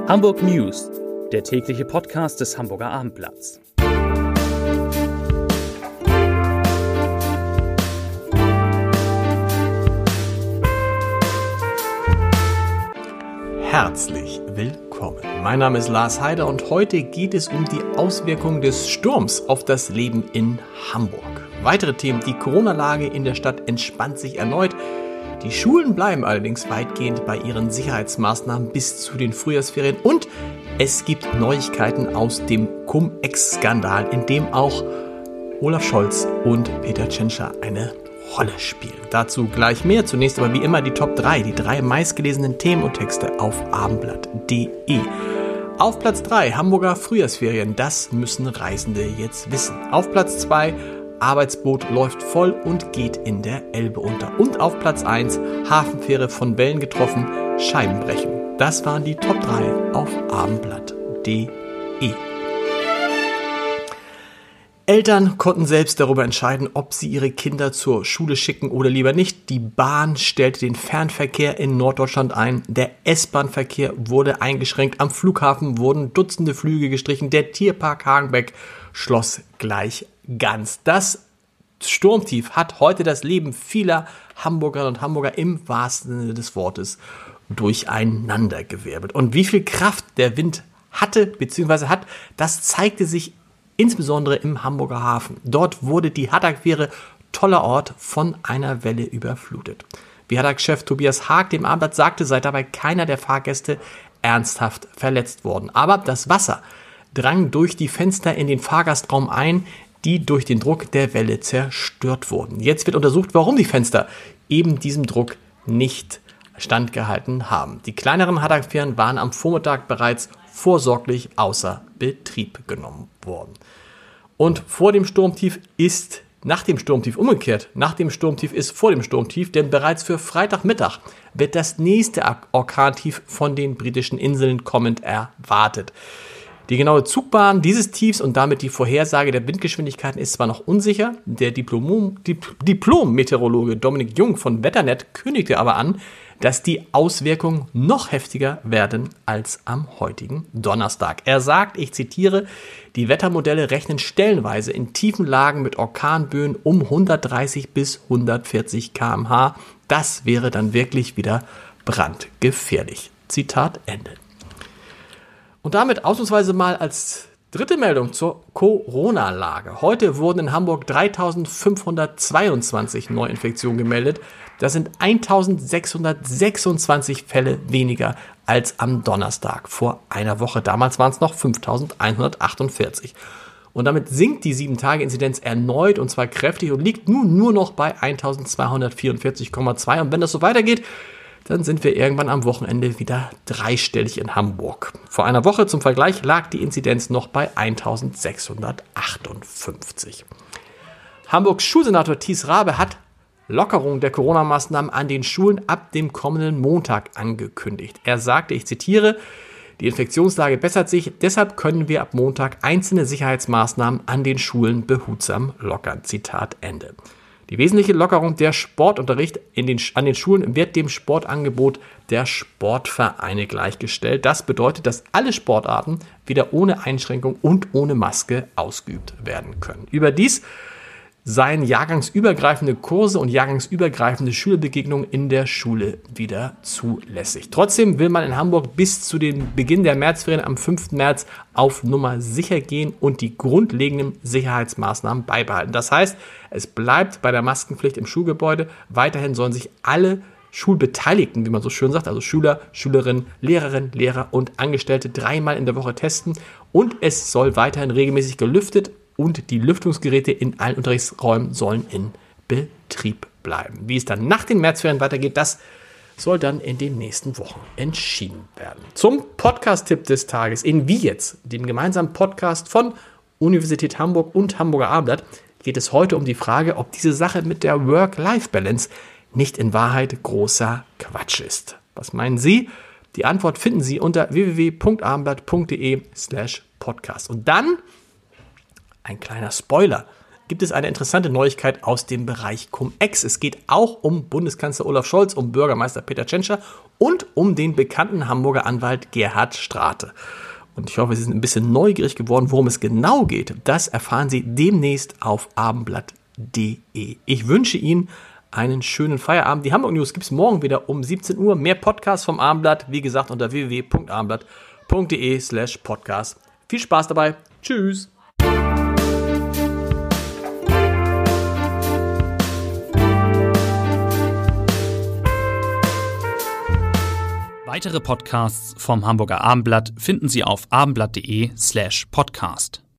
Hamburg News, der tägliche Podcast des Hamburger Abendblatts. Herzlich willkommen. Mein Name ist Lars Heider und heute geht es um die Auswirkungen des Sturms auf das Leben in Hamburg. Weitere Themen: Die Corona-Lage in der Stadt entspannt sich erneut. Die Schulen bleiben allerdings weitgehend bei ihren Sicherheitsmaßnahmen bis zu den Frühjahrsferien und es gibt Neuigkeiten aus dem Cum-Ex-Skandal, in dem auch Olaf Scholz und Peter Tschentscher eine Rolle spielen. Dazu gleich mehr. Zunächst aber wie immer die Top 3, die 3 meistgelesenen Themen und Texte auf abendblatt.de. Auf Platz 3 Hamburger Frühjahrsferien, das müssen Reisende jetzt wissen. Auf Platz 2 Arbeitsboot läuft voll und geht in der Elbe unter. Und auf Platz 1 Hafenfähre von Wellen getroffen, Scheiben brechen. Das waren die Top 3 auf abendblatt.de. Eltern konnten selbst darüber entscheiden, ob sie ihre Kinder zur Schule schicken oder lieber nicht. Die Bahn stellte den Fernverkehr in Norddeutschland ein. Der S-Bahn-Verkehr wurde eingeschränkt. Am Flughafen wurden Dutzende Flüge gestrichen. Der Tierpark Hagenbeck schloss gleich ganz. Das Sturmtief hat heute das Leben vieler Hamburgerinnen und Hamburger im wahrsten Sinne des Wortes durcheinandergewirbelt. Und wie viel Kraft der Wind hatte bzw. hat, das zeigte sich insbesondere im Hamburger Hafen. Dort wurde die Hattag-Fähre tollerorts von einer Welle überflutet. Wie Hattag-Chef Tobias Haag dem Abendblatt sagte, sei dabei keiner der Fahrgäste ernsthaft verletzt worden. Aber das Wasser drang durch die Fenster in den Fahrgastraum ein, die durch den Druck der Welle zerstört wurden. Jetzt wird untersucht, warum die Fenster eben diesem Druck nicht standgehalten haben. Die kleineren Hattag-Fähren waren am Vormittag bereits vorsorglich außer Betrieb genommen worden. Und vor dem Sturmtief ist nach dem Sturmtief umgekehrt. Nach dem Sturmtief ist vor dem Sturmtief, denn bereits für Freitagmittag wird das nächste Orkantief von den britischen Inseln kommend erwartet. Die genaue Zugbahn dieses Tiefs und damit die Vorhersage der Windgeschwindigkeiten ist zwar noch unsicher, der Diplom-Meteorologe Dominik Jung von Wetternet kündigte aber an, dass die Auswirkungen noch heftiger werden als am heutigen Donnerstag. Er sagt, ich zitiere, die Wettermodelle rechnen stellenweise in tiefen Lagen mit Orkanböen um 130 bis 140 km/h. Das wäre dann wirklich wieder brandgefährlich. Zitat Ende. Und damit ausnahmsweise mal als dritte Meldung zur Corona-Lage. Heute wurden in Hamburg 3.522 Neuinfektionen gemeldet. Das sind 1.626 Fälle weniger als am Donnerstag vor einer Woche. Damals waren es noch 5.148. Und damit sinkt die 7-Tage-Inzidenz erneut und zwar kräftig und liegt nun nur noch bei 1.244,2. Und wenn das so weitergeht, dann sind wir irgendwann am Wochenende wieder dreistellig in Hamburg. Vor einer Woche zum Vergleich lag die Inzidenz noch bei 1.658. Hamburgs Schulsenator Thies Rabe hat Lockerung der Corona-Maßnahmen an den Schulen ab dem kommenden Montag angekündigt. Er sagte, ich zitiere, die Infektionslage bessert sich, deshalb können wir ab Montag einzelne Sicherheitsmaßnahmen an den Schulen behutsam lockern. Zitat Ende. Die wesentliche Lockerung der Sportunterricht an den Schulen wird dem Sportangebot der Sportvereine gleichgestellt. Das bedeutet, dass alle Sportarten wieder ohne Einschränkung und ohne Maske ausgeübt werden können. Überdies seien jahrgangsübergreifende Kurse und jahrgangsübergreifende Schulbegegnungen in der Schule wieder zulässig. Trotzdem will man in Hamburg bis zu den Beginn der Märzferien am 5. März auf Nummer sicher gehen und die grundlegenden Sicherheitsmaßnahmen beibehalten. Das heißt, es bleibt bei der Maskenpflicht im Schulgebäude. Weiterhin sollen sich alle Schulbeteiligten, wie man so schön sagt, also Schüler, Schülerinnen, Lehrerinnen, Lehrer und Angestellte 3-mal in der Woche testen und es soll weiterhin regelmäßig gelüftet und die Lüftungsgeräte in allen Unterrichtsräumen sollen in Betrieb bleiben. Wie es dann nach den Märzferien weitergeht, das soll dann in den nächsten Wochen entschieden werden. Zum Podcast-Tipp des Tages in Wie jetzt, dem gemeinsamen Podcast von Universität Hamburg und Hamburger Abendblatt, geht es heute um die Frage, ob diese Sache mit der Work-Life-Balance nicht in Wahrheit großer Quatsch ist. Was meinen Sie? Die Antwort finden Sie unter www.abendblatt.de/podcast. Und dann ein kleiner Spoiler. gibt es eine interessante Neuigkeit aus dem Bereich Cum-Ex. Es geht auch um Bundeskanzler Olaf Scholz, um Bürgermeister Peter Tschentscher und um den bekannten Hamburger Anwalt Gerhard Strate. Und ich hoffe, Sie sind ein bisschen neugierig geworden, worum es genau geht. Das erfahren Sie demnächst auf abendblatt.de. Ich wünsche Ihnen einen schönen Feierabend. Die Hamburg News gibt es morgen wieder um 17 Uhr. Mehr Podcasts vom Abendblatt, wie gesagt, unter www.abendblatt.de/podcast. Viel Spaß dabei. Tschüss. Weitere Podcasts vom Hamburger Abendblatt finden Sie auf abendblatt.de/podcast.